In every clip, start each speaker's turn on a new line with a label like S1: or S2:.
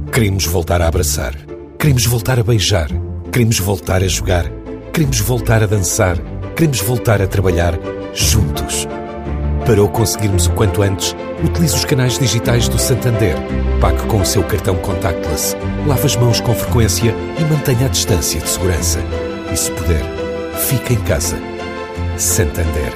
S1: Queremos voltar a abraçar. Queremos voltar a beijar. Queremos voltar a jogar. Queremos voltar a dançar. Queremos voltar a trabalhar juntos. Para o conseguirmos o quanto antes, utilize os canais digitais do Santander. Pague com o seu cartão contactless. Lave as mãos com frequência e mantenha a distância de segurança. E se puder, fique em casa. Santander.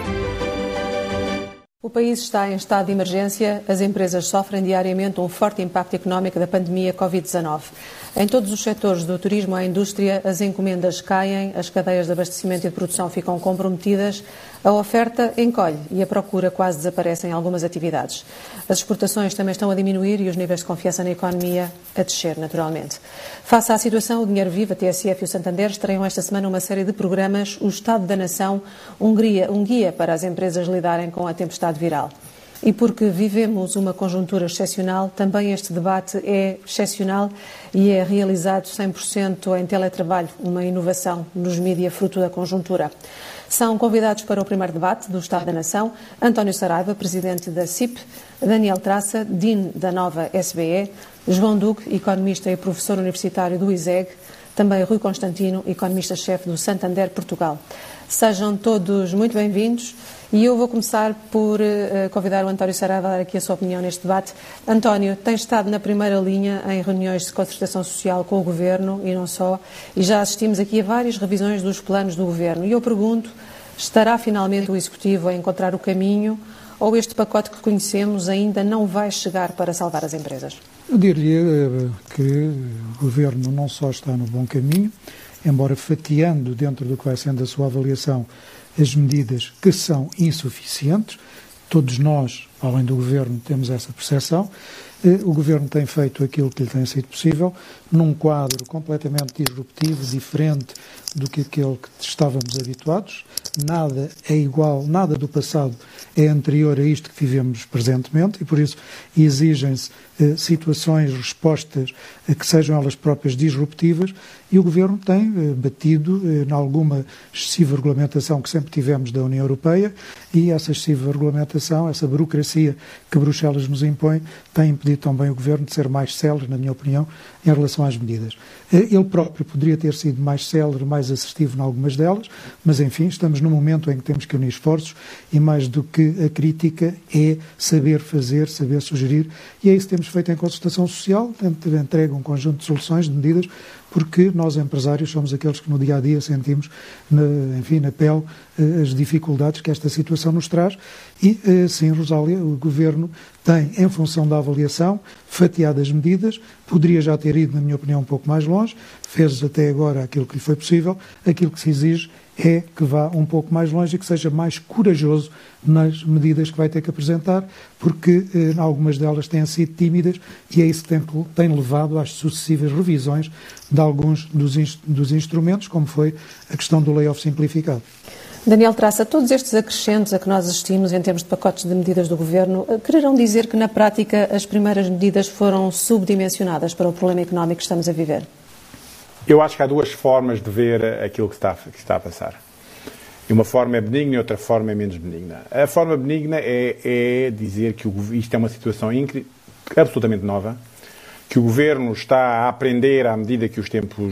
S2: O país está em estado de emergência. As empresas sofrem diariamente um forte impacto económico da pandemia Covid-19. Em todos os setores, do turismo à indústria, as encomendas caem, as cadeias de abastecimento e de produção ficam comprometidas, a oferta encolhe e a procura quase desaparece em algumas atividades. As exportações também estão a diminuir e os níveis de confiança na economia a descer, naturalmente. Face à situação, o Dinheiro Vivo, a TSF e o Santander estreiam esta semana uma série de programas, o Estado da Nação, um guia para as empresas lidarem com a tempestade viral. E porque vivemos uma conjuntura excepcional, também este debate é excepcional e é realizado 100% em teletrabalho, uma inovação nos mídia fruto da conjuntura. São convidados para o primeiro debate do Estado da Nação António Saraiva, presidente da CIP, Daniel Traça, dean da nova SBE, João Duque, economista e professor universitário do ISEG, também Rui Constantino, economista-chefe do Santander Portugal. Sejam todos muito bem-vindos. E eu vou começar por convidar o António Saraiva a dar aqui a sua opinião neste debate. António, tem estado na primeira linha em reuniões de concertação social com o Governo e não só, e já assistimos aqui a várias revisões dos planos do Governo. E eu pergunto, estará finalmente o Executivo a encontrar o caminho ou este pacote que conhecemos ainda não vai chegar para salvar as empresas?
S3: Eu diria que o Governo não só está no bom caminho, embora fatiando dentro do que vai sendo a sua avaliação as medidas que são insuficientes. Todos nós, além do Governo, temos essa percepção. O Governo tem feito aquilo que lhe tem sido possível, num quadro completamente disruptivo, diferente do que aquele que estávamos habituados. Nada é igual, nada do passado é anterior a isto que vivemos presentemente e, por isso, exigem-se situações, respostas que sejam elas próprias disruptivas e o Governo tem batido em alguma excessiva regulamentação que sempre tivemos da União Europeia e essa excessiva regulamentação, essa burocracia que Bruxelas nos impõe, tem impedido também o Governo de ser mais célere, na minha opinião, em relação às medidas. Ele próprio poderia ter sido mais célere, mais assertivo em algumas delas, mas enfim, estamos num momento em que temos que unir esforços e mais do que a crítica é saber fazer, saber sugerir e é isso que temos feito em consultação social, entrega um conjunto de soluções, de medidas, porque nós empresários somos aqueles que no dia-a-dia sentimos, na pele, as dificuldades que esta situação nos traz e, sim, Rosália, o Governo tem, em função da avaliação, fatiado as medidas, poderia já ter ido, na minha opinião, um pouco mais longe, fez até agora aquilo que lhe foi possível, aquilo que se exige é que vá um pouco mais longe e que seja mais corajoso nas medidas que vai ter que apresentar, porque algumas delas têm sido tímidas e é isso que tem levado às sucessivas revisões de alguns dos instrumentos, como foi a questão do layoff simplificado.
S2: Daniel Traça, todos estes acrescentos a que nós assistimos em termos de pacotes de medidas do Governo, quererão dizer que na prática as primeiras medidas foram subdimensionadas para o problema económico que estamos a viver?
S4: Eu acho que há duas formas de ver aquilo que está a passar. E uma forma é benigna e outra forma é menos benigna. A forma benigna é dizer que isto é uma situação absolutamente nova, que o Governo está a aprender à medida que os tempos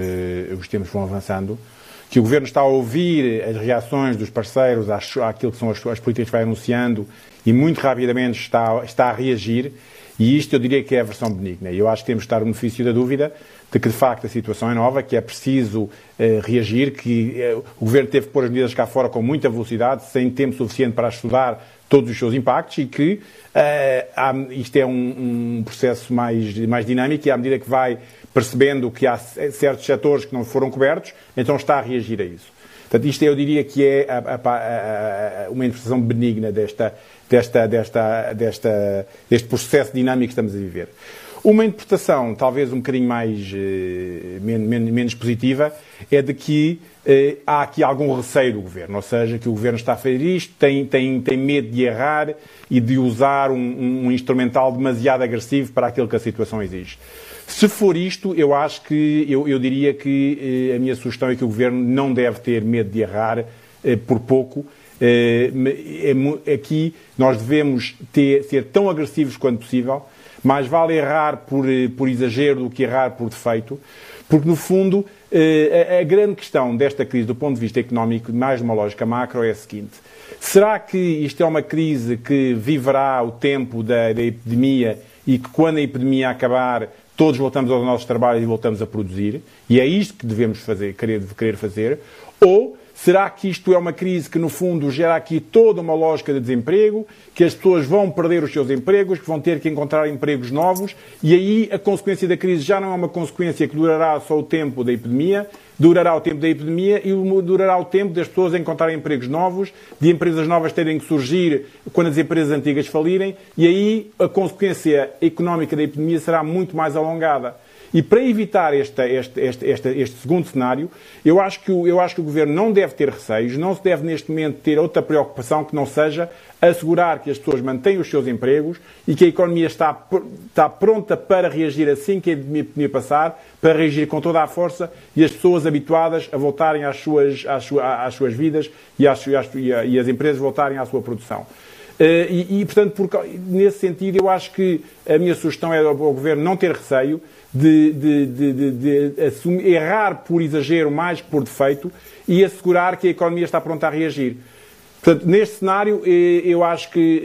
S4: vão avançando, que o Governo está a ouvir as reações dos parceiros àquilo que são as políticas que vai anunciando e muito rapidamente está a reagir. E isto eu diria que é a versão benigna. E eu acho que temos de estar no benefício da dúvida de que, de facto, a situação é nova, que é preciso reagir, que o Governo teve que pôr as medidas cá fora com muita velocidade, sem tempo suficiente para estudar todos os seus impactos e que isto é um processo mais dinâmico e à medida que vai percebendo que há certos setores que não foram cobertos, então está a reagir a isso. Portanto, isto eu diria que é uma interpretação benigna deste processo dinâmico que estamos a viver. Uma interpretação, talvez um bocadinho menos positiva, é de que há aqui algum receio do Governo, ou seja, que o Governo está a fazer isto, tem medo de errar e de usar um instrumental demasiado agressivo para aquilo que a situação exige. Se for isto, eu acho que, eu diria que a minha sugestão é que o Governo não deve ter medo de errar por pouco. Aqui nós devemos ser tão agressivos quanto possível, mais vale errar por exagero do que errar por defeito, porque, no fundo, a grande questão desta crise, do ponto de vista económico, mais de uma lógica macro, é a seguinte. Será que isto é uma crise que viverá o tempo da epidemia e que, quando a epidemia acabar, todos voltamos aos nossos trabalhos e voltamos a produzir? E é isto que devemos fazer, querer fazer? Ou será que isto é uma crise que, no fundo, gera aqui toda uma lógica de desemprego, que as pessoas vão perder os seus empregos, que vão ter que encontrar empregos novos, e aí a consequência da crise já não é uma consequência que durará só o tempo da epidemia, durará o tempo da epidemia e durará o tempo das pessoas encontrarem empregos novos, de empresas novas terem que surgir quando as empresas antigas falirem, e aí a consequência económica da epidemia será muito mais alongada. E para evitar este segundo cenário, eu acho que o Governo não deve ter receios, não se deve neste momento ter outra preocupação que não seja assegurar que as pessoas mantêm os seus empregos e que a economia está pronta para reagir assim que a epidemia passar, para reagir com toda a força e as pessoas habituadas a voltarem às suas vidas e as empresas voltarem à sua produção. Portanto, nesse sentido, eu acho que a minha sugestão é ao Governo não ter receio de errar por exagero mais que por defeito e assegurar que a economia está pronta a reagir. Portanto, neste cenário, eu acho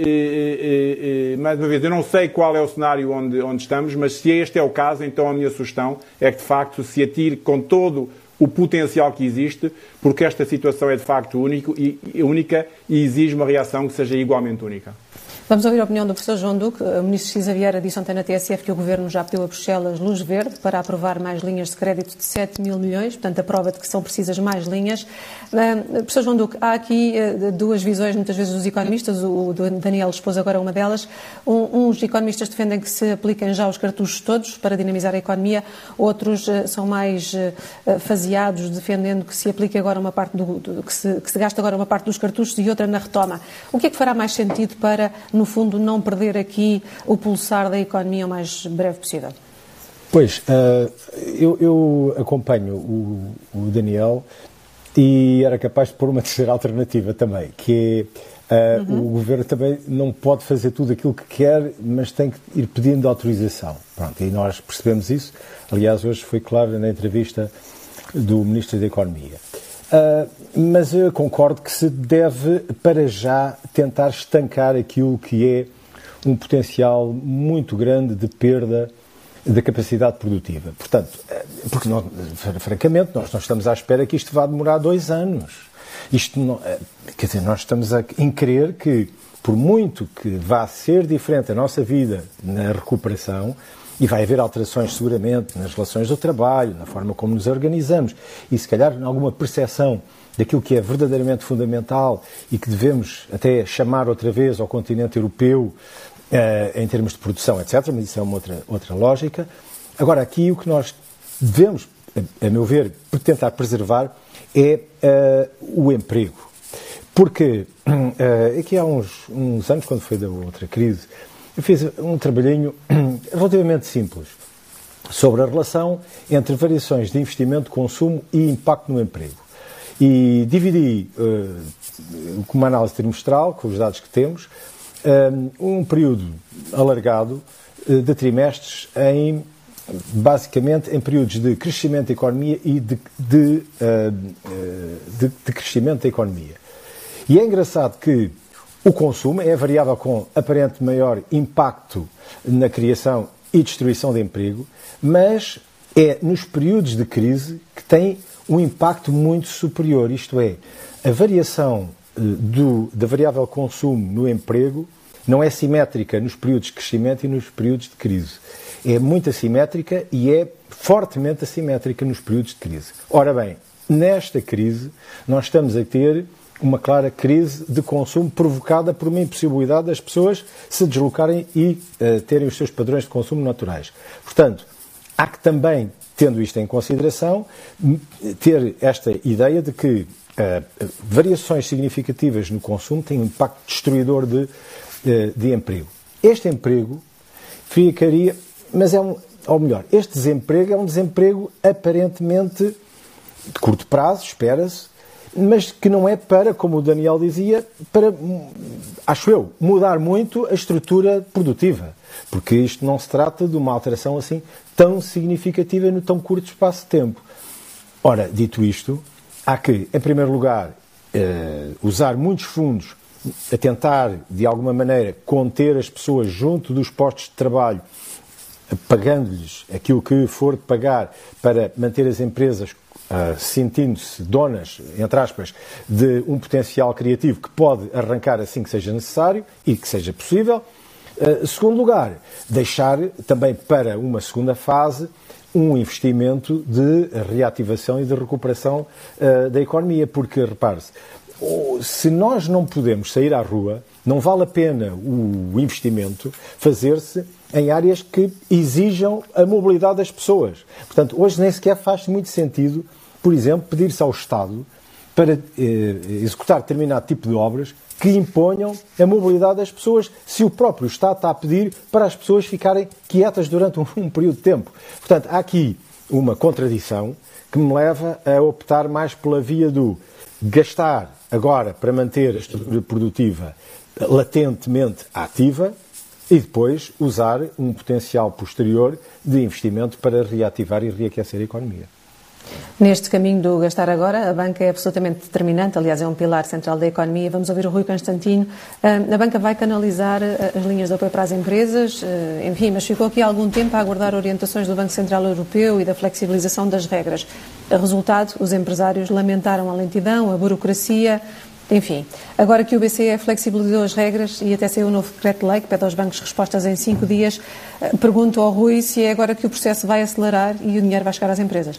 S4: que, mais uma vez, eu não sei qual é o cenário onde estamos, mas se este é o caso, então a minha sugestão é que, de facto, se atire com todo o potencial que existe, porque esta situação é, de facto, única e exige uma reação que seja igualmente única.
S2: Vamos ouvir a opinião do professor João Duque. O ministro Cisa Vieira disse ontem na TSF que o Governo já pediu a Bruxelas luz verde para aprovar mais linhas de crédito de 7 mil milhões, portanto a prova de que são precisas mais linhas. Professor João Duque, há aqui duas visões muitas vezes dos economistas, o Daniel expôs agora uma delas. Uns economistas defendem que se apliquem já os cartuchos todos para dinamizar a economia, outros são mais faseados, defendendo que se aplique agora uma parte que se gaste agora uma parte dos cartuchos e outra na retoma. O que é que fará mais sentido para, no fundo, não perder aqui o pulsar da economia o mais breve possível?
S5: Pois, eu acompanho o Daniel e era capaz de pôr uma terceira alternativa também, que é o Governo também não pode fazer tudo aquilo que quer, mas tem que ir pedindo autorização. Pronto, e nós percebemos isso. Aliás, hoje foi claro na entrevista do Ministro da Economia. Mas eu concordo que se deve, para já, tentar estancar aquilo que é um potencial muito grande de perda da capacidade produtiva. Portanto, porque nós, francamente, nós não estamos à espera que isto vá demorar 2 anos. Isto não, quer dizer, nós estamos a crer que, por muito que vá ser diferente a nossa vida na recuperação, e vai haver alterações seguramente nas relações do trabalho, na forma como nos organizamos e se calhar em alguma percepção daquilo que é verdadeiramente fundamental e que devemos até chamar outra vez ao continente europeu em termos de produção, etc. Mas isso é uma outra lógica. Agora, aqui o que nós devemos, a meu ver, tentar preservar é o emprego. Porque aqui há uns anos, quando foi da outra crise, eu fiz um trabalhinho relativamente simples sobre a relação entre variações de investimento, consumo e impacto no emprego. E dividi, com uma análise trimestral, com os dados que temos, um período alargado de trimestres basicamente em períodos de crescimento da economia e de crescimento da economia. E é engraçado que o consumo é a variável com aparente maior impacto na criação e destruição de emprego, mas é nos períodos de crise que tem um impacto muito superior. Isto é, a variação da variável consumo no emprego não é simétrica nos períodos de crescimento e nos períodos de crise. É muito assimétrica e é fortemente assimétrica nos períodos de crise. Ora bem, nesta crise nós estamos a ter uma clara crise de consumo provocada por uma impossibilidade das pessoas se deslocarem e terem os seus padrões de consumo naturais. Portanto, há que também, tendo isto em consideração, ter esta ideia de que variações significativas no consumo têm um impacto destruidor de emprego. Este emprego ficaria, mas ou melhor, este desemprego é um desemprego aparentemente de curto prazo, espera-se, mas que não é para, como o Daniel dizia, para, acho eu, mudar muito a estrutura produtiva, porque isto não se trata de uma alteração assim tão significativa no tão curto espaço de tempo. Ora, dito isto, há que, em primeiro lugar, usar muitos fundos a tentar, de alguma maneira, conter as pessoas junto dos postos de trabalho, pagando-lhes aquilo que for de pagar para manter as empresas sentindo-se donas, entre aspas, de um potencial criativo que pode arrancar assim que seja necessário e que seja possível. Segundo lugar, deixar também para uma segunda fase um investimento de reativação e de recuperação da economia, porque, repare-se, se nós não podemos sair à rua, não vale a pena o investimento fazer-se em áreas que exijam a mobilidade das pessoas. Portanto, hoje nem sequer faz muito sentido, por exemplo, pedir-se ao Estado para executar determinado tipo de obras que imponham a mobilidade das pessoas, se o próprio Estado está a pedir para as pessoas ficarem quietas durante um período de tempo. Portanto, há aqui uma contradição que me leva a optar mais pela via do gastar agora para manter a estrutura produtiva latentemente ativa e depois usar um potencial posterior de investimento para reativar e reaquecer a economia.
S2: Neste caminho do gastar agora, a banca é absolutamente determinante, aliás é um pilar central da economia. Vamos ouvir o Rui Constantino. A banca vai canalizar as linhas de apoio para as empresas, enfim, mas ficou aqui há algum tempo a aguardar orientações do Banco Central Europeu e da flexibilização das regras. Resultado, os empresários lamentaram a lentidão, a burocracia, enfim. Agora que o BCE flexibilizou as regras e até saiu um novo decreto-lei que pede aos bancos respostas em 5 dias, pergunto ao Rui se é agora que o processo vai acelerar e o dinheiro vai chegar às empresas.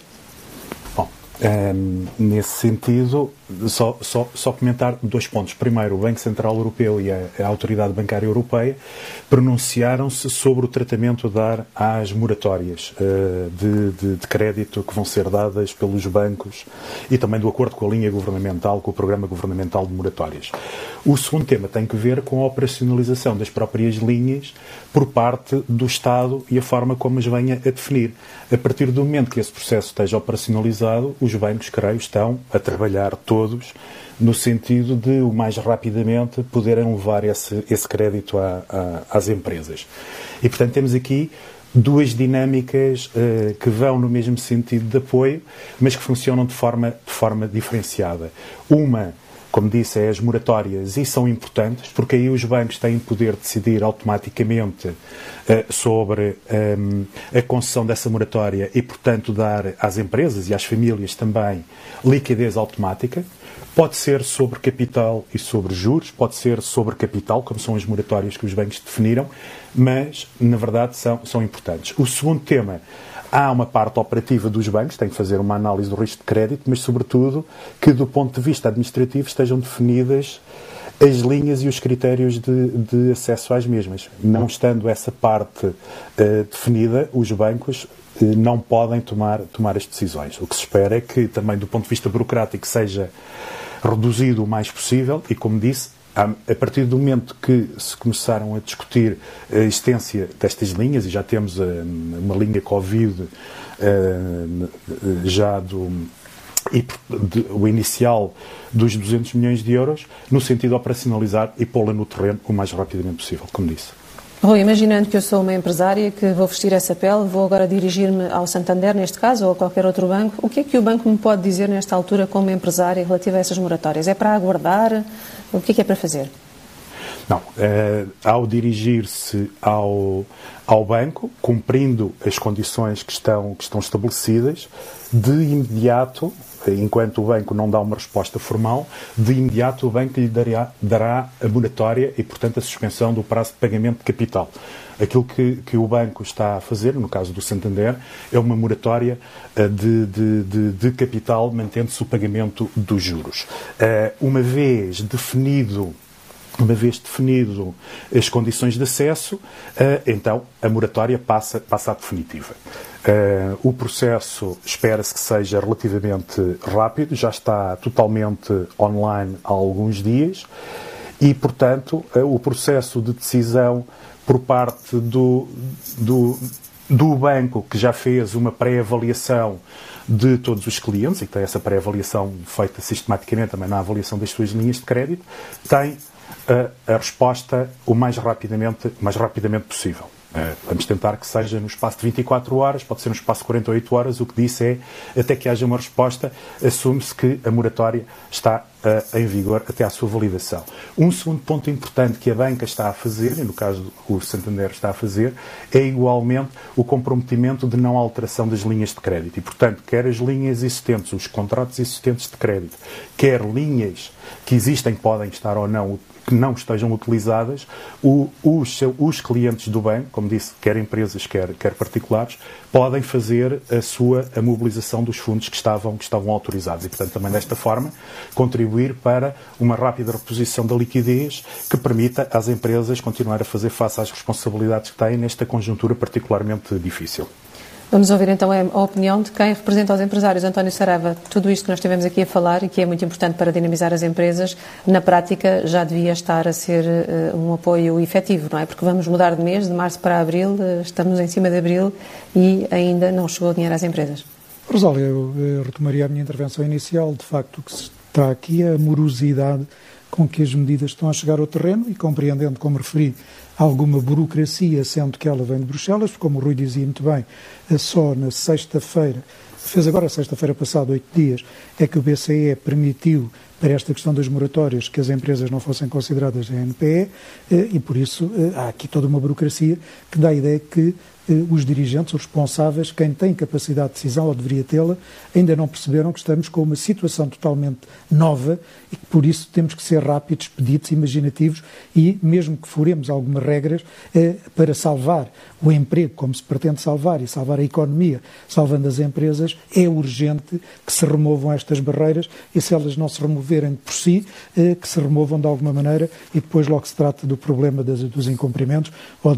S6: Nesse sentido, só comentar 2 pontos. Primeiro, o Banco Central Europeu e a Autoridade Bancária Europeia pronunciaram-se sobre o tratamento a dar às moratórias de crédito que vão ser dadas pelos bancos e também do acordo com a linha governamental, com o programa governamental de moratórias. O segundo tema tem que ver com a operacionalização das próprias linhas por parte do Estado e a forma como as venha a definir. A partir do momento que esse processo esteja operacionalizado, os bancos, creio, estão a trabalhar todos no sentido de, o mais rapidamente, poderem levar esse crédito às empresas. E, portanto, temos aqui 2 dinâmicas que vão no mesmo sentido de apoio, mas que funcionam de forma diferenciada. Uma, como disse, é as moratórias, e são importantes, porque aí os bancos têm poder de decidir automaticamente sobre a concessão dessa moratória e, portanto, dar às empresas e às famílias também liquidez automática. Pode ser sobre capital e sobre juros, pode ser sobre capital, como são as moratórias que os bancos definiram, mas, na verdade, são importantes. O segundo tema, há uma parte operativa dos bancos, tem que fazer uma análise do risco de crédito, mas, sobretudo, que, do ponto de vista administrativo, estejam definidas as linhas e os critérios de acesso às mesmas. Não estando essa parte definida, os bancos não podem tomar as decisões. O que se espera é que, também do ponto de vista burocrático, seja reduzido o mais possível e, como disse, a partir do momento que se começaram a discutir a existência destas linhas, e já temos uma linha Covid o inicial dos 200 milhões de euros, no sentido de operacionalizar e pô-la no terreno o mais rapidamente possível, como disse.
S2: Rui, imaginando que eu sou uma empresária que vou vestir essa pele, vou agora dirigir-me ao Santander, neste caso, ou a qualquer outro banco, o que é que o banco me pode dizer nesta altura como empresária relativa a essas moratórias? É para aguardar? O que é para fazer?
S6: Não. Ao dirigir-se ao banco, cumprindo as condições que estão estabelecidas, de imediato, enquanto o banco não dá uma resposta formal, de imediato o banco lhe dará a moratória e, portanto, a suspensão do prazo de pagamento de capital. Aquilo que o banco está a fazer, no caso do Santander, é uma moratória de capital, mantendo-se o pagamento dos juros. Uma vez definido as condições de acesso, então a moratória passa à definitiva. O processo espera-se que seja relativamente rápido, já está totalmente online há alguns dias e, portanto, o processo de decisão por parte do banco que já fez uma pré-avaliação de todos os clientes, e que tem essa pré-avaliação feita sistematicamente também na avaliação das suas linhas de crédito, tem a resposta o mais rapidamente possível. Vamos tentar que seja no espaço de 24 horas, pode ser no espaço de 48 horas, o que disse é, até que haja uma resposta, assume-se que a moratória está em vigor até à sua validação. Um segundo ponto importante que a banca está a fazer, e no caso o Santander está a fazer, é igualmente o comprometimento de não alteração das linhas de crédito. E, portanto, quer as linhas existentes, os contratos existentes de crédito, quer linhas que existem, podem estar ou não, que não estejam utilizadas, os clientes do banco, como disse, quer empresas, quer particulares, podem fazer a mobilização dos fundos que estavam autorizados e, portanto, também desta forma, contribuir para uma rápida reposição da liquidez que permita às empresas continuar a fazer face às responsabilidades que têm nesta conjuntura particularmente difícil.
S2: Vamos ouvir então a opinião de quem representa os empresários. António Saraiva, tudo isto que nós estivemos aqui a falar e que é muito importante para dinamizar as empresas, na prática já devia estar a ser um apoio efetivo, não é? Porque vamos mudar de mês, de março para abril, estamos em cima de abril e ainda não chegou o dinheiro às empresas.
S3: Rosália, eu retomaria a minha intervenção inicial. De facto, o que se está aqui é a morosidade com que as medidas estão a chegar ao terreno e compreendendo, como referi, alguma burocracia, sendo que ela vem de Bruxelas, como o Rui dizia muito bem, só na sexta-feira, fez agora sexta-feira passada, 8 dias, é que o BCE permitiu para esta questão das moratórias que as empresas não fossem consideradas NPE e por isso há aqui toda uma burocracia que dá a ideia que os dirigentes, os responsáveis, quem tem capacidade de decisão ou deveria tê-la, ainda não perceberam que estamos com uma situação totalmente nova e que por isso temos que ser rápidos, expeditos, imaginativos e mesmo que furemos algumas regras para salvar o emprego, como se pretende salvar, e salvar a economia, salvando as empresas, é urgente que se removam estas barreiras e se elas não se removerem por si, que se removam de alguma maneira e depois logo se trata do problema dos incumprimentos ou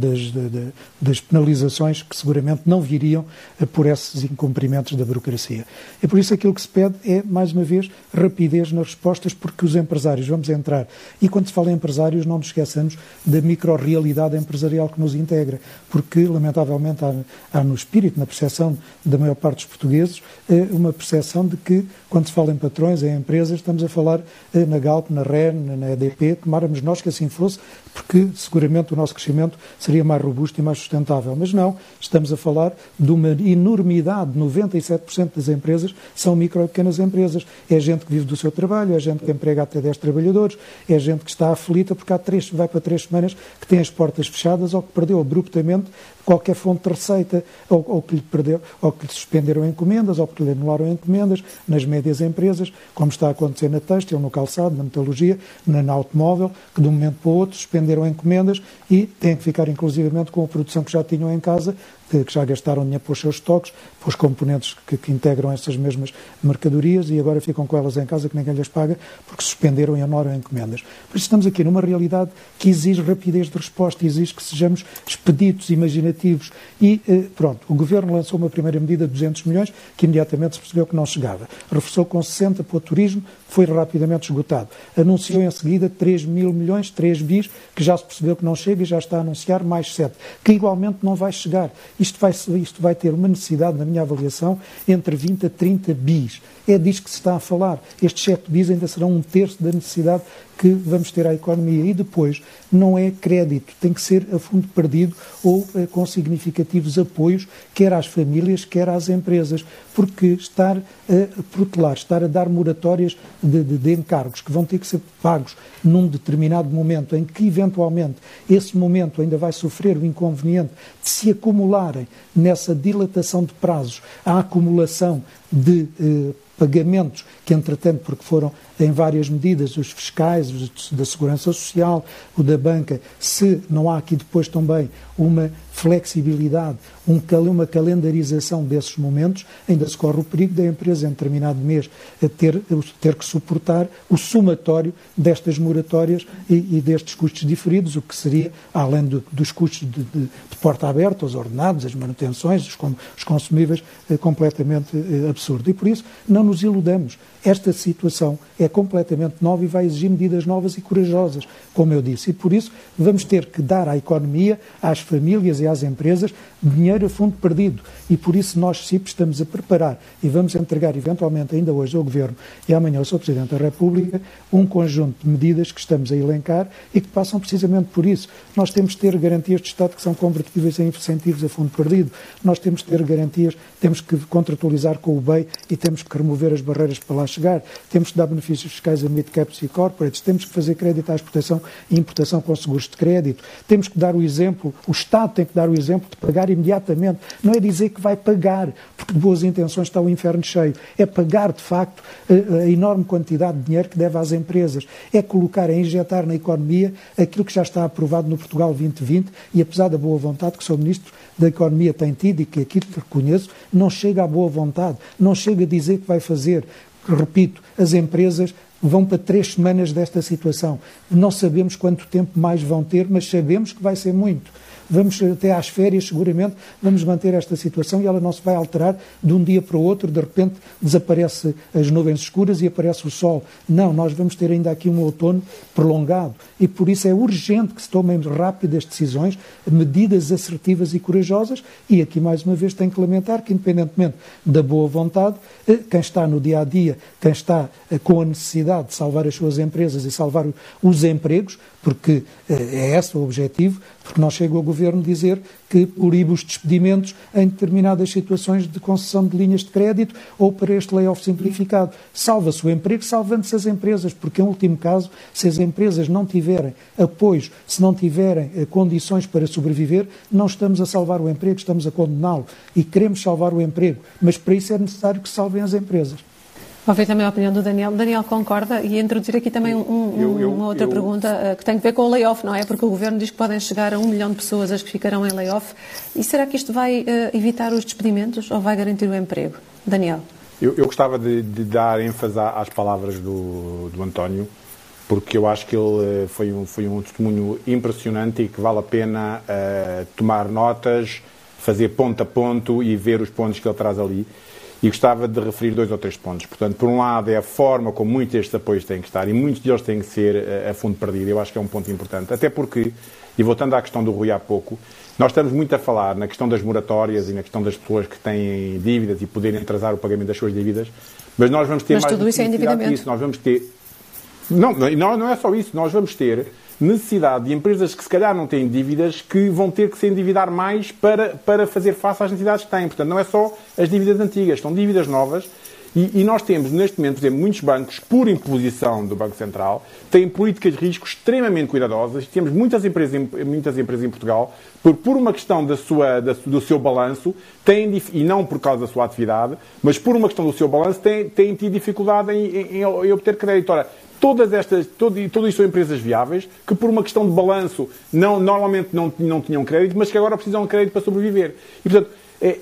S3: das penalizações que seguramente não viriam por esses incumprimentos da burocracia. E por isso aquilo que se pede é, mais uma vez, rapidez nas respostas, porque os empresários, vamos entrar, e quando se fala em empresários não nos esqueçamos da micro-realidade empresarial que nos integra, porque lamentavelmente há no espírito, na percepção da maior parte dos portugueses, uma percepção de que quando se fala em patrões, em empresas, estamos a falar na Galp, na REN, na EDP, tomáramos nós que assim fosse, porque seguramente o nosso crescimento seria mais robusto e mais sustentável. Mas não, estamos a falar de uma enormidade, 97% das empresas são micro e pequenas empresas. É gente que vive do seu trabalho, é gente que emprega até 10 trabalhadores, é gente que está aflita porque vai para 3 semanas que tem as portas fechadas ou que perdeu abruptamente qualquer fonte de receita, ou que lhe perdeu, ou que lhe suspenderam encomendas, ou que lhe anularam encomendas nas médias empresas, como está a acontecer na têxtil, no calçado, na metalurgia, na automóvel, que de um momento para o outro suspenderam encomendas e têm que ficar inclusivamente com a produção que já tinham em casa, que já gastaram dinheiro para os seus estoques, para os componentes que integram essas mesmas mercadorias e agora ficam com elas em casa que ninguém lhes paga porque suspenderam e anularam encomendas. Por isso estamos aqui numa realidade que exige rapidez de resposta, exige que sejamos expeditos, imaginativos e pronto, o Governo lançou uma primeira medida de 200 milhões que imediatamente se percebeu que não chegava. Reforçou com 60 para o turismo, foi rapidamente esgotado. Anunciou em seguida 3 mil milhões, 3 bis, que já se percebeu que não chega e já está a anunciar mais 7, que igualmente não vai chegar. Isto vai ter uma necessidade, na minha avaliação, entre 20 a 30 bis. É disto que se está a falar. Estes 7 bis ainda serão 1/3 da necessidade que vamos ter à economia. E depois, não é crédito, tem que ser a fundo perdido ou com significativos apoios, quer às famílias, quer às empresas. Porque estar a protelar, estar a dar moratórias de encargos que vão ter que ser pagos num determinado momento em que, eventualmente, esse momento ainda vai sofrer o inconveniente de se acumularem nessa dilatação de prazos, a acumulação de pagamentos que, entretanto, porque foram em várias medidas, os fiscais, os da Segurança Social, o da banca, se não há aqui depois também uma flexibilidade, uma calendarização desses momentos, ainda se corre o perigo da empresa, em determinado mês, ter que suportar o somatório destas moratórias e destes custos diferidos, o que seria, além dos custos de porta aberta, os ordenados, as manutenções, os consumíveis, completamente absurdo. E por isso, não nos iludamos. Esta situação é completamente nova e vai exigir medidas novas e corajosas, como eu disse. E por isso vamos ter que dar à economia, às famílias e às empresas dinheiro a fundo perdido. E por isso nós, CIP, estamos a preparar e vamos entregar eventualmente ainda hoje ao Governo e amanhã ao Sr. Presidente da República um conjunto de medidas que estamos a elencar e que passam precisamente por isso. Nós temos de ter garantias de Estado que são convertíveis em incentivos a fundo perdido. Nós temos de ter garantias, temos que contratualizar com o BEI e temos que remover as barreiras para lá chegar. Temos que dar benefícios fiscais a mid-caps e corporates. Temos que fazer crédito à exportação e importação com seguros de crédito. Temos que dar o exemplo, o Estado tem que dar o exemplo de pagar imediatamente. Não é dizer que vai pagar, porque de boas intenções está o inferno cheio. É pagar, de facto, a enorme quantidade de dinheiro que deve às empresas. É colocar, é injetar na economia aquilo que já está aprovado no Portugal 2020 e, apesar da boa vontade que o Sr. Ministro da Economia tem tido e que aqui reconheço, não chega à boa vontade, não chega a dizer que vai fazer. Repito, as empresas vão para 3 semanas desta situação. Não sabemos quanto tempo mais vão ter, mas sabemos que vai ser muito. Vamos até às férias, seguramente, vamos manter esta situação e ela não se vai alterar de um dia para o outro, de repente desaparece as nuvens escuras e aparece o sol. Não, nós vamos ter ainda aqui um outono prolongado e por isso é urgente que se tomem rápidas decisões, medidas assertivas e corajosas e aqui mais uma vez tenho que lamentar que independentemente da boa vontade, quem está no dia-a-dia, quem está com a necessidade de salvar as suas empresas e salvar os empregos, porque é esse o objetivo, porque não chega ao Governo dizer que proíbe os despedimentos em determinadas situações de concessão de linhas de crédito ou para este layoff simplificado. Salva-se o emprego, salvando-se as empresas, porque em último caso, se as empresas não tiverem apoios, se não tiverem condições para sobreviver, não estamos a salvar o emprego, estamos a condená-lo. E queremos salvar o emprego, mas para isso é necessário que se salvem as empresas.
S2: Ouvi também a opinião do Daniel. Daniel, concorda? E introduzir aqui também uma outra pergunta que tem a ver com o layoff, não é? Porque o Governo diz que podem chegar a 1 milhão de pessoas as que ficarão em layoff. E será que isto vai evitar os despedimentos ou vai garantir o emprego? Daniel.
S4: Eu gostava de dar ênfase às palavras do António, porque eu acho que ele foi um testemunho impressionante e que vale a pena tomar notas, fazer ponto a ponto e ver os pontos que ele traz ali. E gostava de referir 2 ou 3 pontos. Portanto, por um lado, é a forma como muitos destes apoios têm que estar e muitos deles têm que ser a fundo perdido. Eu acho que é um ponto importante. Até porque, e voltando à questão do Rui há pouco, nós estamos muito a falar na questão das moratórias e na questão das pessoas que têm dívidas e poderem atrasar o pagamento das suas dívidas, mas nós vamos ter mais
S2: tudo isso é endividamento.
S4: Isso. Nós vamos ter... Não é só isso. Nós vamos ter necessidade de empresas que se calhar não têm dívidas que vão ter que se endividar mais para fazer face às necessidades que têm. Portanto, não é só as dívidas antigas, são dívidas novas e nós temos neste momento, por exemplo, muitos bancos, por imposição do Banco Central, têm políticas de risco extremamente cuidadosas. Temos muitas empresas em Portugal, por uma questão do seu balanço, e não por causa da sua atividade, mas por uma questão do seu balanço, têm tido dificuldade em obter crédito. Ora, tudo isso são empresas viáveis que, por uma questão de balanço, normalmente não tinham crédito, mas que agora precisam de crédito para sobreviver. E, portanto,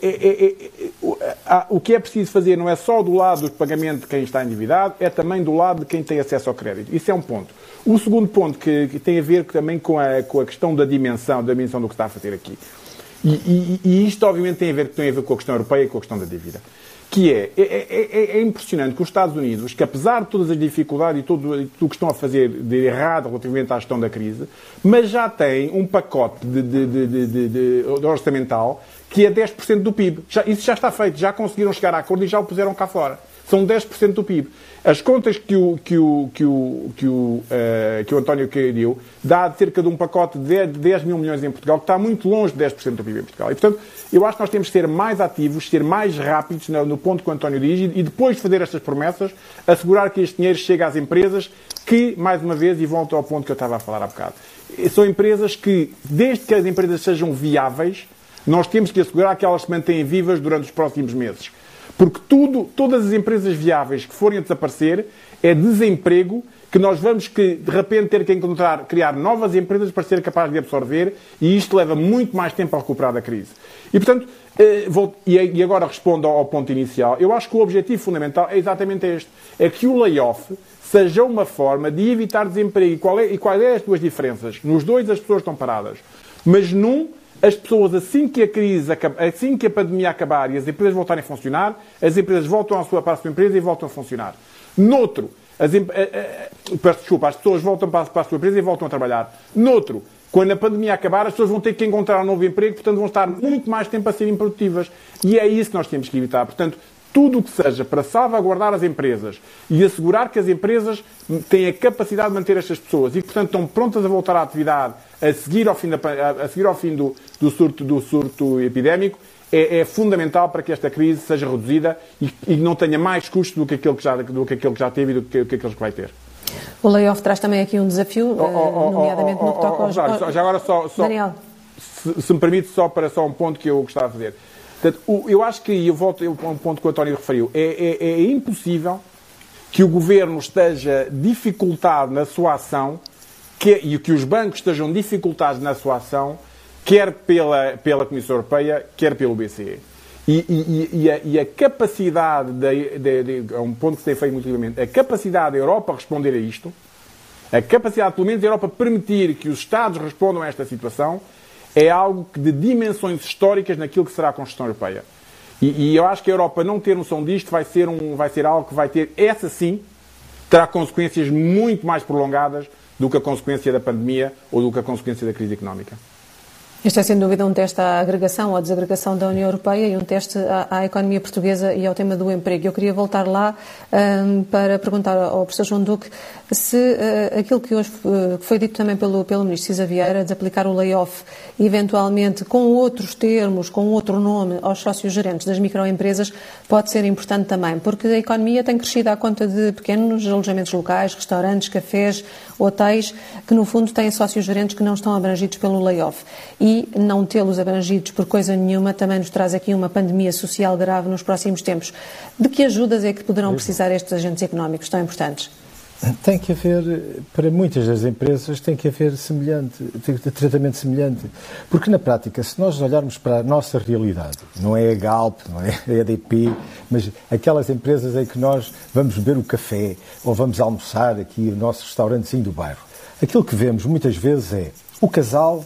S4: o que é preciso fazer não é só do lado do pagamento de quem está endividado, é também do lado de quem tem acesso ao crédito. Isso é um ponto. O segundo ponto que tem a ver também com a questão da dimensão do que está a fazer aqui. E isto, obviamente, tem a ver com a questão europeia e com a questão da dívida. Que é impressionante que os Estados Unidos, que apesar de todas as dificuldades e tudo o que estão a fazer de errado relativamente à gestão da crise, mas já tem um pacote de orçamental que é 10% do PIB. Isso já está feito, já conseguiram chegar a acordo e já o puseram cá fora. São 10% do PIB. As contas que o António deu dá cerca de um pacote de 10 mil milhões em Portugal, que está muito longe de 10% do PIB em Portugal. E, portanto, eu acho que nós temos que ser mais ativos, ser mais rápidos no ponto que o António diz e depois de fazer estas promessas, assegurar que este dinheiro chegue às empresas que, mais uma vez, e volto ao ponto que eu estava a falar há bocado, são empresas que, desde que as empresas sejam viáveis, nós temos que assegurar que elas se mantenham vivas durante os próximos meses. Porque todas as empresas viáveis que forem a desaparecer é desemprego que nós vamos, de repente, ter que criar novas empresas para ser capaz de absorver e isto leva muito mais tempo a recuperar da crise. E, portanto, e agora respondo ao ponto inicial, eu acho que o objetivo fundamental é exatamente este. É que o layoff seja uma forma de evitar desemprego. E quais é as duas diferenças? Nos dois as pessoas estão paradas. Mas as pessoas, assim que a pandemia acabar e as empresas voltarem a funcionar, as empresas voltam para a sua empresa e voltam a funcionar. Noutro, as pessoas voltam para a sua empresa e voltam a trabalhar. Noutro, quando a pandemia acabar, as pessoas vão ter que encontrar um novo emprego, portanto vão estar muito mais tempo a ser improdutivas. E é isso que nós temos que evitar. Portanto, tudo o que seja para salvaguardar as empresas e assegurar que as empresas têm a capacidade de manter estas pessoas e, portanto, estão prontas a voltar à atividade a seguir ao fim do surto epidémico, é fundamental para que esta crise seja reduzida e não tenha mais custos do que aquele que já teve e do que aqueles que vai ter.
S2: O layoff traz também aqui um desafio, nomeadamente no que toca aos...
S4: Já agora
S2: Daniel.
S4: Se me permite, só um ponto que eu gostava de fazer. Portanto, eu acho que, e eu volto a um ponto que o António referiu, é impossível que o Governo esteja dificultado na sua ação e que os bancos estejam dificultados na sua ação, quer pela Comissão Europeia, quer pelo BCE. E a capacidade, é um ponto que se tem feito muito ultimamente, a capacidade da Europa responder a isto, a capacidade, pelo menos, da Europa permitir que os Estados respondam a esta situação, é algo de dimensões históricas naquilo que será a construção europeia. E eu acho que a Europa não ter noção disto vai ser algo que vai ter, essa sim, terá consequências muito mais prolongadas do que a consequência da pandemia ou do que a consequência da crise económica.
S2: Este é, sem dúvida, um teste à agregação ou à desagregação da União Europeia e um teste à economia portuguesa e ao tema do emprego. Eu queria voltar lá para perguntar ao professor João Duque se aquilo que hoje foi dito também pelo Ministro Cisa Vieira, de aplicar o layoff, eventualmente com outros termos, com outro nome, aos sócios gerentes das microempresas, pode ser importante também, porque a economia tem crescido à conta de pequenos alojamentos locais, restaurantes, cafés, hotéis, que no fundo têm sócios gerentes que não estão abrangidos pelo layoff. E não tê-los abrangidos por coisa nenhuma também nos traz aqui uma pandemia social grave nos próximos tempos. De que ajudas é que poderão precisar estes agentes económicos tão importantes?
S5: Tem que haver, para muitas das empresas, tem que haver tratamento semelhante. Porque, na prática, se nós olharmos para a nossa realidade, não é a Galp, não é a EDP, mas aquelas empresas em que nós vamos beber o café ou vamos almoçar aqui no nosso restaurantezinho do bairro, aquilo que vemos muitas vezes é o casal,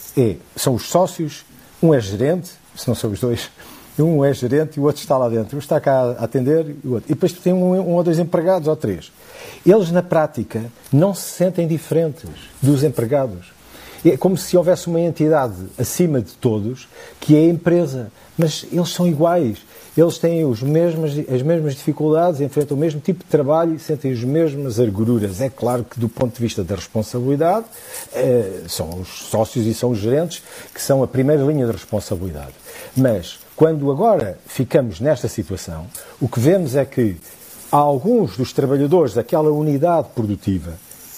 S5: são os sócios, um é gerente, se não são os dois, um é gerente e o outro está lá dentro. Um está cá a atender e o outro. E depois tem um ou dois empregados ou três. Eles, na prática, não se sentem diferentes dos empregados. É como se houvesse uma entidade acima de todos, que é a empresa. Mas eles são iguais. Eles têm as mesmas dificuldades, enfrentam o mesmo tipo de trabalho e sentem as mesmas agruras. É claro que, do ponto de vista da responsabilidade, são os sócios e são os gerentes que são a primeira linha de responsabilidade. Mas, quando agora ficamos nesta situação, o que vemos é que alguns dos trabalhadores daquela unidade produtiva,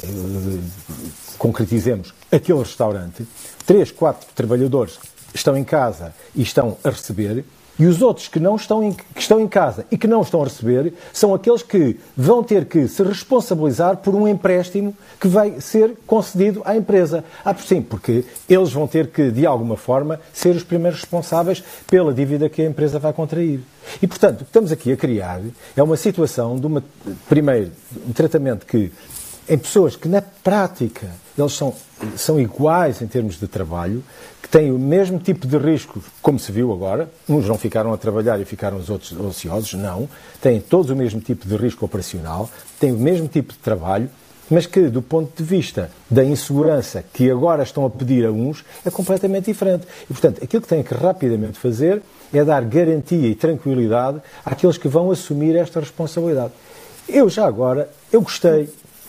S5: concretizemos aquele restaurante, 3, 4 trabalhadores estão em casa e estão a receber, e os outros que estão em casa e que não estão a receber são aqueles que vão ter que se responsabilizar por um empréstimo que vai ser concedido à empresa. Sim, porque eles vão ter que, de alguma forma, ser os primeiros responsáveis pela dívida que a empresa vai contrair. E, portanto, o que estamos aqui a criar é uma situação de primeiro, um tratamento que, em pessoas que, na prática, eles são iguais em termos de trabalho, que têm o mesmo tipo de riscos, como se viu agora. Uns não ficaram a trabalhar e ficaram os outros ociosos, não. Têm todos o mesmo tipo de risco operacional, têm o mesmo tipo de trabalho, mas que, do ponto de vista da insegurança que agora estão a pedir a uns, é completamente diferente. E, portanto, aquilo que têm que rapidamente fazer é dar garantia e tranquilidade àqueles que vão assumir esta responsabilidade. Eu gostei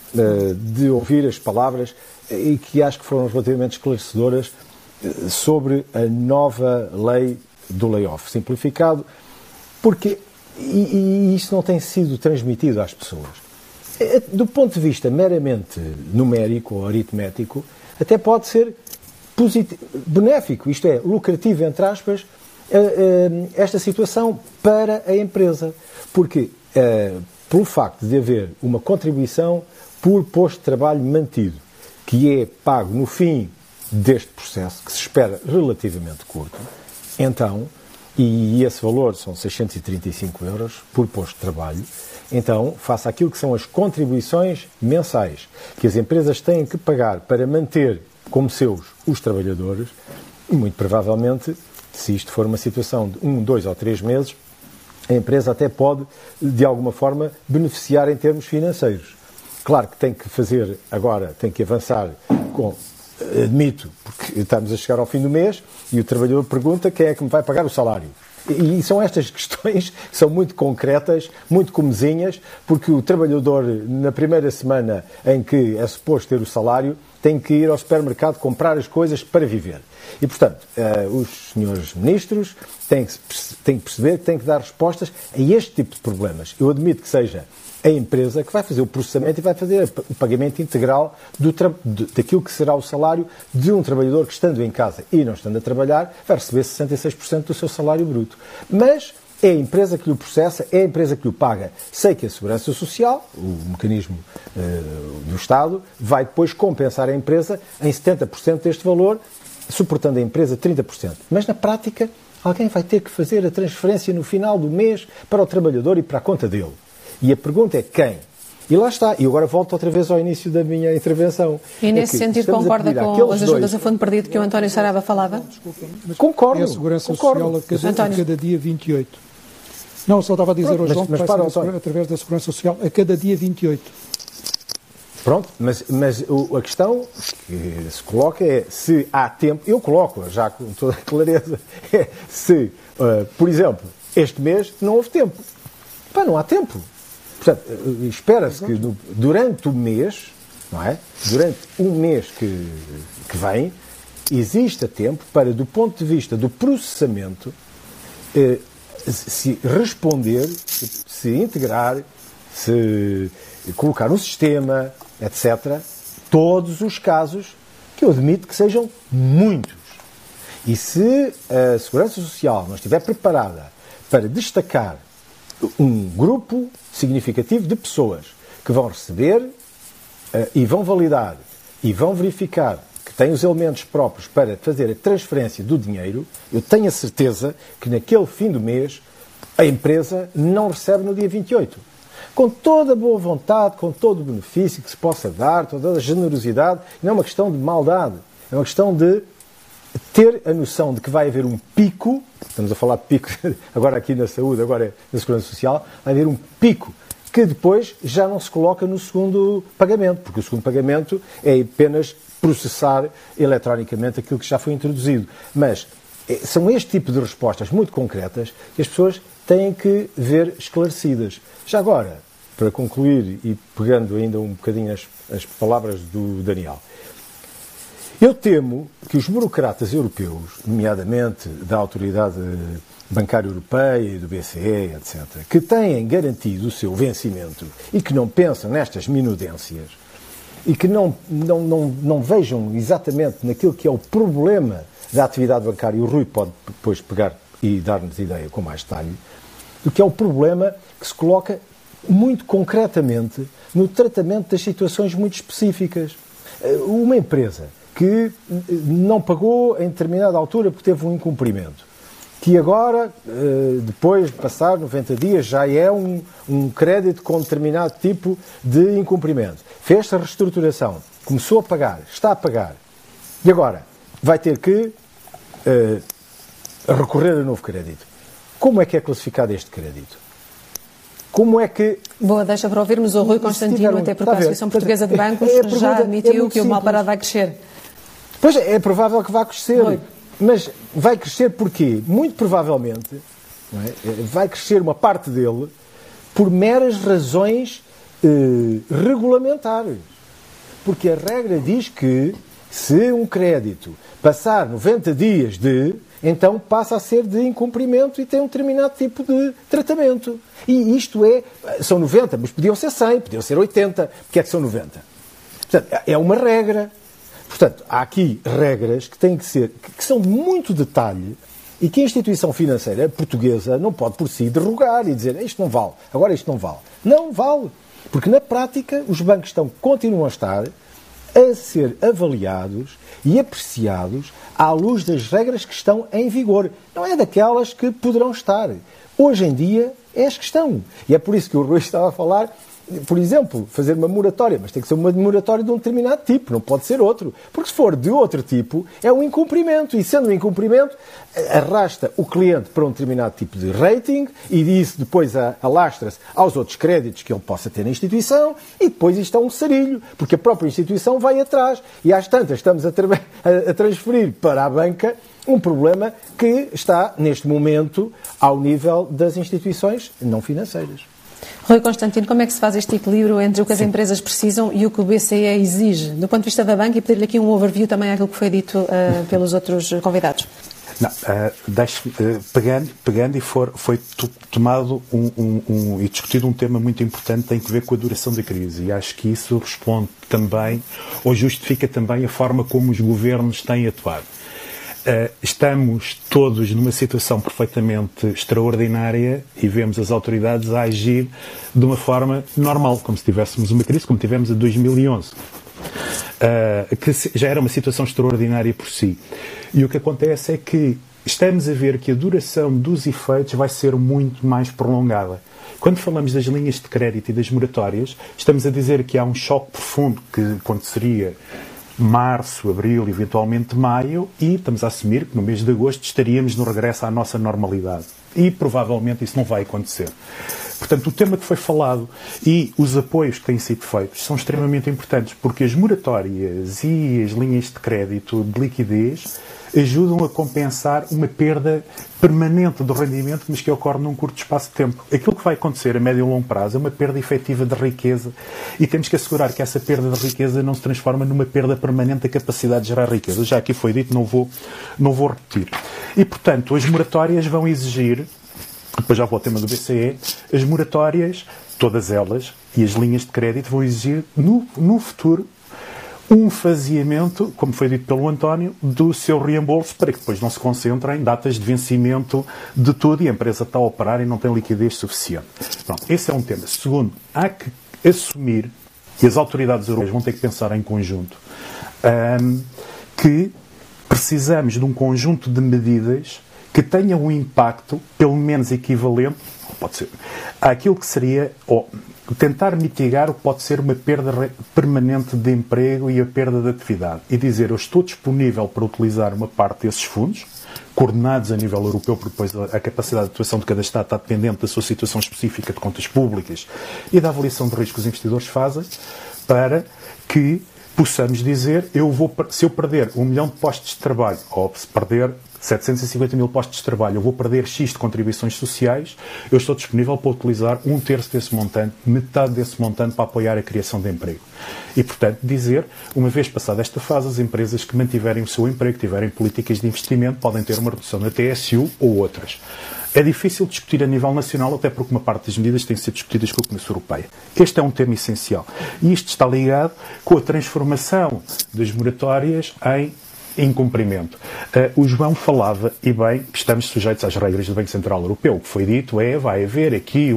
S5: de ouvir as palavras e que acho que foram relativamente esclarecedoras sobre a nova lei do layoff simplificado, porque isso não tem sido transmitido às pessoas. Do ponto de vista meramente numérico ou aritmético, até pode ser benéfico, isto é, lucrativo, entre aspas, esta situação para a empresa, porque pelo facto de haver uma contribuição por posto de trabalho mantido, que é pago no fim deste processo, que se espera relativamente curto, então, e esse valor são 635 euros por posto de trabalho, então, face àquilo que são as contribuições mensais que as empresas têm que pagar para manter como seus os trabalhadores, e muito provavelmente, se isto for uma situação de 1, 2 ou 3 meses, a empresa até pode, de alguma forma, beneficiar em termos financeiros. Claro que tem que fazer agora, tem que avançar com admito, porque estamos a chegar ao fim do mês e o trabalhador pergunta quem é que me vai pagar o salário. E são estas questões que são muito concretas, muito comezinhas, porque o trabalhador, na primeira semana em que é suposto ter o salário, tem que ir ao supermercado comprar as coisas para viver. E, portanto, os senhores ministros têm que perceber que têm que dar respostas a este tipo de problemas. Eu admito que seja a empresa que vai fazer o processamento e vai fazer o pagamento integral daquilo que será o salário de um trabalhador que, estando em casa e não estando a trabalhar, vai receber 66% do seu salário bruto. Mas é a empresa que lhe processa, é a empresa que lhe paga. Sei que a Segurança Social, o mecanismo do Estado, vai depois compensar a empresa em 70% deste valor, suportando a empresa 30%. Mas, na prática, alguém vai ter que fazer a transferência no final do mês para o trabalhador e para a conta dele. E a pergunta é quem? E lá está. E agora volto outra vez ao início da minha intervenção.
S2: E nesse sentido concorda com as ajudas a fundo perdido que o António Saraiva falava?
S5: Concordo.
S3: É a Segurança Social a cada dia 28. Não, só estava a dizer ao João que vai ser através da Segurança Social a cada dia 28.
S5: Pronto, mas a questão que se coloca é se há tempo, eu coloco já com toda a clareza, é se, por exemplo, este mês não houve tempo. Não há tempo. Portanto, espera-se que durante o mês, não é? Durante um mês que vem, exista tempo para, do ponto de vista do processamento, se responder, se integrar, se colocar no sistema, etc., todos os casos que eu admito que sejam muitos. E se a Segurança Social não estiver preparada para destacar um grupo significativo de pessoas que vão receber e vão validar e vão verificar que têm os elementos próprios para fazer a transferência do dinheiro, eu tenho a certeza que naquele fim do mês a empresa não recebe no dia 28. Com toda a boa vontade, com todo o benefício que se possa dar, toda a generosidade, não é uma questão de maldade, é uma questão de ter a noção de que vai haver um pico, estamos a falar de pico agora aqui na saúde, agora na Segurança Social, vai haver um pico que depois já não se coloca no segundo pagamento, porque o segundo pagamento é apenas processar eletronicamente aquilo que já foi introduzido. Mas são este tipo de respostas muito concretas que as pessoas têm que ver esclarecidas. Já agora, para concluir e pegando ainda um bocadinho as palavras do Daniel, eu temo que os burocratas europeus, nomeadamente da Autoridade Bancária Europeia e do BCE, etc., que têm garantido o seu vencimento e que não pensam nestas minudências e que não vejam exatamente naquilo que é o problema da atividade bancária, e o Rui pode depois pegar e dar-nos ideia com mais detalhe, do que é o problema que se coloca muito concretamente no tratamento das situações muito específicas. Uma empresa que não pagou em determinada altura porque teve um incumprimento, que agora, depois de passar 90 dias, já é um crédito com determinado tipo de incumprimento. Fez a reestruturação, começou a pagar, está a pagar, e agora vai ter que recorrer a novo crédito. Como é que é classificado este crédito? Como é que...
S2: Boa, deixa para ouvirmos o Rui Constantino, até porque a Associação Portuguesa de Bancos já admitiu que o mal parado vai crescer.
S5: Pois é provável que vá crescer, Rui. Mas vai crescer porquê? Muito provavelmente, não é? Vai crescer uma parte dele por meras razões regulamentares. Porque a regra diz que se um crédito passar 90 dias então passa a ser de incumprimento e tem um determinado tipo de tratamento. E isto são 90, mas podiam ser 100, podiam ser 80. Porque é que são 90? Portanto, é uma regra. Portanto, há aqui regras que têm que ser, que são de muito detalhe e que a instituição financeira portuguesa não pode por si derrogar e dizer isto não vale, agora isto não vale. Não vale. Porque na prática os bancos continuam a estar a ser avaliados e apreciados à luz das regras que estão em vigor. Não é daquelas que poderão estar. Hoje em dia é as que estão. E é por isso que o Rui estava a falar por exemplo, fazer uma moratória, mas tem que ser uma moratória de um determinado tipo, não pode ser outro. Porque se for de outro tipo, é um incumprimento. E sendo um incumprimento, arrasta o cliente para um determinado tipo de rating e isso depois alastra-se aos outros créditos que ele possa ter na instituição e depois isto é um sarilho, porque a própria instituição vai atrás. E às tantas estamos a transferir para a banca um problema que está, neste momento, ao nível das instituições não financeiras.
S2: Rui Constantino, como é que se faz este equilíbrio entre o que as empresas precisam e o que o BCE exige? Do ponto de vista da banca, e pedir-lhe aqui um overview também àquilo que foi dito pelos outros convidados.
S6: Não, pegando e foi tomado e discutido um tema muito importante que tem que ver com a duração da crise e acho que isso responde também ou justifica também a forma como os governos têm atuado. Estamos todos numa situação perfeitamente extraordinária e vemos as autoridades a agir de uma forma normal, como se tivéssemos uma crise, como tivemos em 2011. Que já era uma situação extraordinária por si. E o que acontece é que estamos a ver que a duração dos efeitos vai ser muito mais prolongada. Quando falamos das linhas de crédito e das moratórias, estamos a dizer que há um choque profundo que aconteceria março, abril, eventualmente maio, e estamos a assumir que no mês de agosto estaríamos no regresso à nossa normalidade. E provavelmente isso não vai acontecer. Portanto, o tema que foi falado e os apoios que têm sido feitos são extremamente importantes, porque as moratórias e as linhas de crédito de liquidez ajudam a compensar uma perda permanente do rendimento, mas que ocorre num curto espaço de tempo. Aquilo que vai acontecer a médio e longo prazo é uma perda efetiva de riqueza e temos que assegurar que essa perda de riqueza não se transforma numa perda permanente da capacidade de gerar riqueza. Já aqui foi dito, não vou repetir. E, portanto, as moratórias vão exigir, depois já vou ao tema do BCE, as moratórias, todas elas, e as linhas de crédito vão exigir no futuro um faseamento, como foi dito pelo António, do seu reembolso para que depois não se concentre em datas de vencimento de tudo e a empresa está a operar e não tem liquidez suficiente. Pronto, esse é um tema. Segundo, há que assumir, e as autoridades europeias vão ter que pensar em conjunto, que precisamos de um conjunto de medidas que tenham um impacto, pelo menos equivalente, pode ser, àquilo que seria, ou tentar mitigar o que pode ser uma perda permanente de emprego e a perda de atividade. E dizer, eu estou disponível para utilizar uma parte desses fundos, coordenados a nível europeu, porque depois a capacidade de atuação de cada Estado está dependente da sua situação específica de contas públicas e da avaliação de risco que os investidores fazem, para que possamos dizer, se eu perder 1 milhão de postos de trabalho, ou se perder 750 mil postos de trabalho, eu vou perder X de contribuições sociais, eu estou disponível para utilizar 1/3 desse montante, metade desse montante para apoiar a criação de emprego. E, portanto, dizer, uma vez passada esta fase, as empresas que mantiverem o seu emprego, tiverem políticas de investimento, podem ter uma redução na TSU ou outras. É difícil discutir a nível nacional, até porque uma parte das medidas tem que ser discutidas com a Comissão Europeia. Este é um tema essencial. E isto está ligado com a transformação das moratórias em incumprimento. O João falava, e bem, que estamos sujeitos às regras do Banco Central Europeu. O que foi dito é, vai haver aqui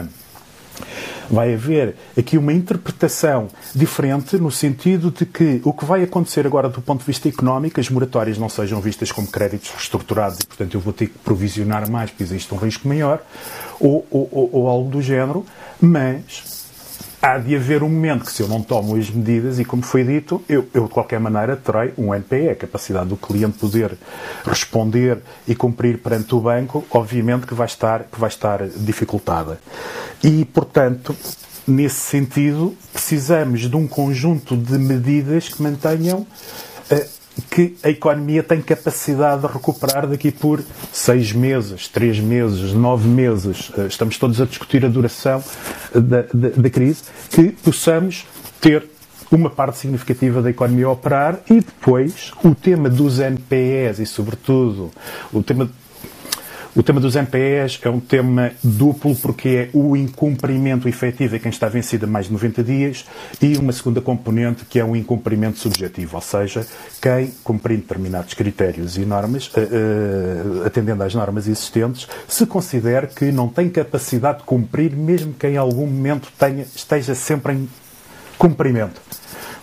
S6: uma interpretação diferente no sentido de que o que vai acontecer agora do ponto de vista económico, as moratórias não sejam vistas como créditos reestruturados e, portanto, eu vou ter que provisionar mais porque existe um risco maior ou algo do género, mas há de haver um momento que, se eu não tomo as medidas, e como foi dito, eu de qualquer maneira terei um NPE, a capacidade do cliente poder responder e cumprir perante o banco, obviamente que vai estar dificultada. E, portanto, nesse sentido, precisamos de um conjunto de medidas que mantenham que a economia tem capacidade de recuperar daqui por 6 meses, 3 meses, 9 meses. Estamos todos a discutir a duração da crise, que possamos ter uma parte significativa da economia a operar e depois o tema dos NPEs e, sobretudo, o tema dos NPEs é um tema duplo porque é o incumprimento efetivo a quem está vencido a mais de 90 dias e uma segunda componente que é um incumprimento subjetivo, ou seja, quem, cumprindo determinados critérios e normas, atendendo às normas existentes, se considera que não tem capacidade de cumprir, mesmo que em algum momento esteja sempre em cumprimento.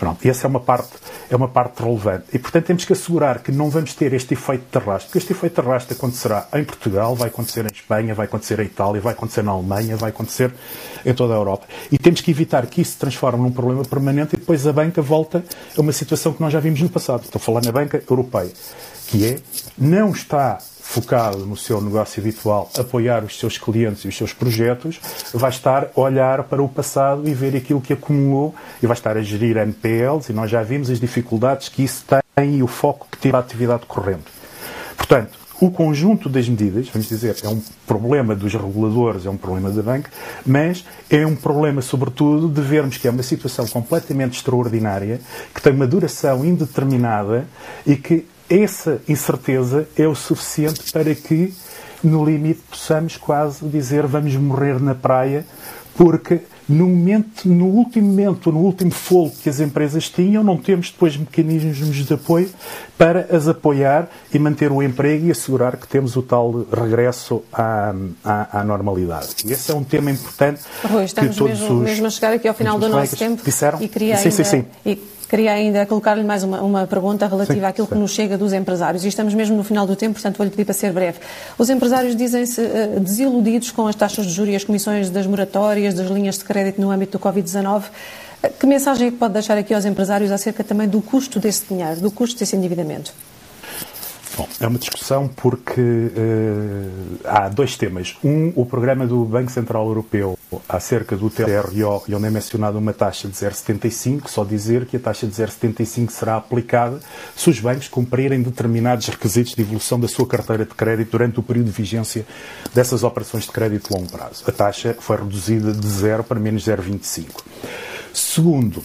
S6: Pronto, e essa é uma parte relevante. E, portanto, temos que assegurar que não vamos ter este efeito de arrasto, porque este efeito de arrasto acontecerá em Portugal, vai acontecer em Espanha, vai acontecer em Itália, vai acontecer na Alemanha, vai acontecer em toda a Europa. E temos que evitar que isso se transforme num problema permanente e depois a banca volta a uma situação que nós já vimos no passado. Estou a falar na banca europeia, que não está focado no seu negócio habitual, apoiar os seus clientes e os seus projetos, vai estar a olhar para o passado e ver aquilo que acumulou e vai estar a gerir NPLs, e nós já vimos as dificuldades que isso tem e o foco que tira a atividade corrente. Portanto, o conjunto das medidas, vamos dizer, é um problema dos reguladores, é um problema da banca, mas é um problema, sobretudo, de vermos que é uma situação completamente extraordinária, que tem uma duração indeterminada e que essa incerteza é o suficiente para que, no limite, possamos quase dizer vamos morrer na praia, porque no último momento, no último fôlego que as empresas tinham, não temos depois mecanismos de apoio para as apoiar e manter o emprego e assegurar que temos o tal regresso à normalidade. E esse é um tema importante.
S2: Rui, estamos mesmo a chegar aqui ao final do nosso tempo.
S6: Disseram?
S2: E queria
S6: Sim.
S2: Queria ainda colocar-lhe mais uma pergunta relativa àquilo que nos chega dos empresários. E estamos mesmo no final do tempo, portanto vou-lhe pedir para ser breve. Os empresários dizem-se desiludidos com as taxas de juros e as comissões das moratórias, das linhas de crédito no âmbito do Covid-19. Que mensagem é que pode deixar aqui aos empresários acerca também do custo desse dinheiro, do custo desse endividamento?
S6: Bom, é uma discussão porque há dois temas. O programa do Banco Central Europeu acerca do TLTRO, e onde é mencionada uma taxa de 0,75, só dizer que a taxa de 0,75 será aplicada se os bancos cumprirem determinados requisitos de evolução da sua carteira de crédito durante o período de vigência dessas operações de crédito de longo prazo. A taxa foi reduzida de 0 para menos 0,25. Segundo,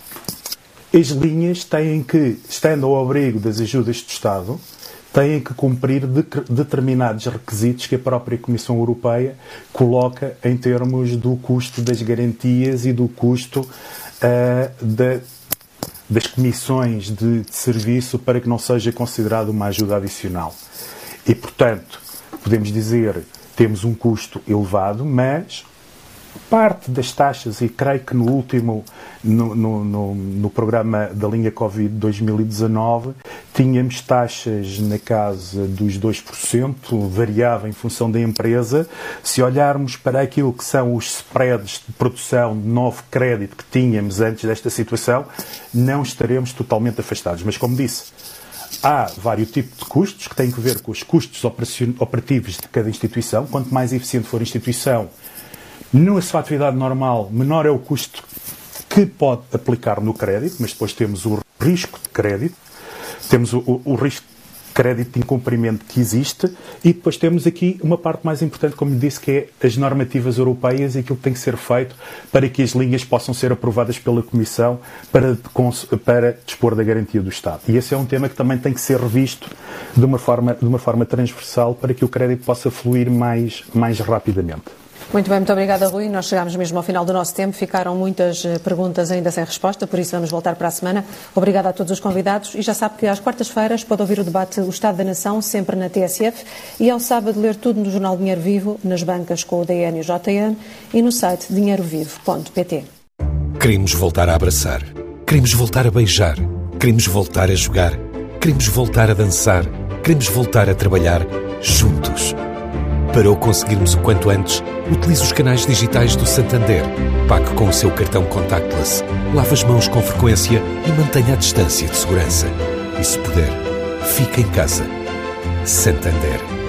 S6: as linhas têm que, estando ao abrigo das ajudas do Estado, têm que cumprir determinados requisitos que a própria Comissão Europeia coloca em termos do custo das garantias e do custo das comissões de serviço para que não seja considerado uma ajuda adicional. E, portanto, podemos dizer temos um custo elevado, mas parte das taxas, e creio que no último, no programa da linha Covid 2019, tínhamos taxas na casa dos 2%, variava em função da empresa. Se olharmos para aquilo que são os spreads de produção de novo crédito que tínhamos antes desta situação, não estaremos totalmente afastados. Mas, como disse, há vários tipos de custos que têm a ver com os custos operativos de cada instituição. Quanto mais eficiente for a instituição, na sua atividade normal, menor é o custo que pode aplicar no crédito, mas depois temos o risco de crédito, temos o risco de crédito de incumprimento que existe, e depois temos aqui uma parte mais importante, como disse, que é as normativas europeias e aquilo que tem que ser feito para que as linhas possam ser aprovadas pela Comissão para dispor da garantia do Estado. E esse é um tema que também tem que ser revisto de uma forma transversal para que o crédito possa fluir mais rapidamente.
S2: Muito bem, muito obrigada, Rui. Nós chegámos mesmo ao final do nosso tempo. Ficaram muitas perguntas ainda sem resposta, por isso vamos voltar para a semana. Obrigada a todos os convidados e já sabe que às quartas-feiras pode ouvir o debate O Estado da Nação, sempre na TSF, e ao sábado ler tudo no jornal Dinheiro Vivo, nas bancas com o DN e o JN e no site dinheirovivo.pt.
S1: Queremos voltar a abraçar. Queremos voltar a beijar. Queremos voltar a jogar. Queremos voltar a dançar. Queremos voltar a trabalhar juntos. Para o conseguirmos o quanto antes, utilize os canais digitais do Santander. Pague com o seu cartão contactless. Lave as mãos com frequência e mantenha a distância de segurança. E se puder, fique em casa. Santander.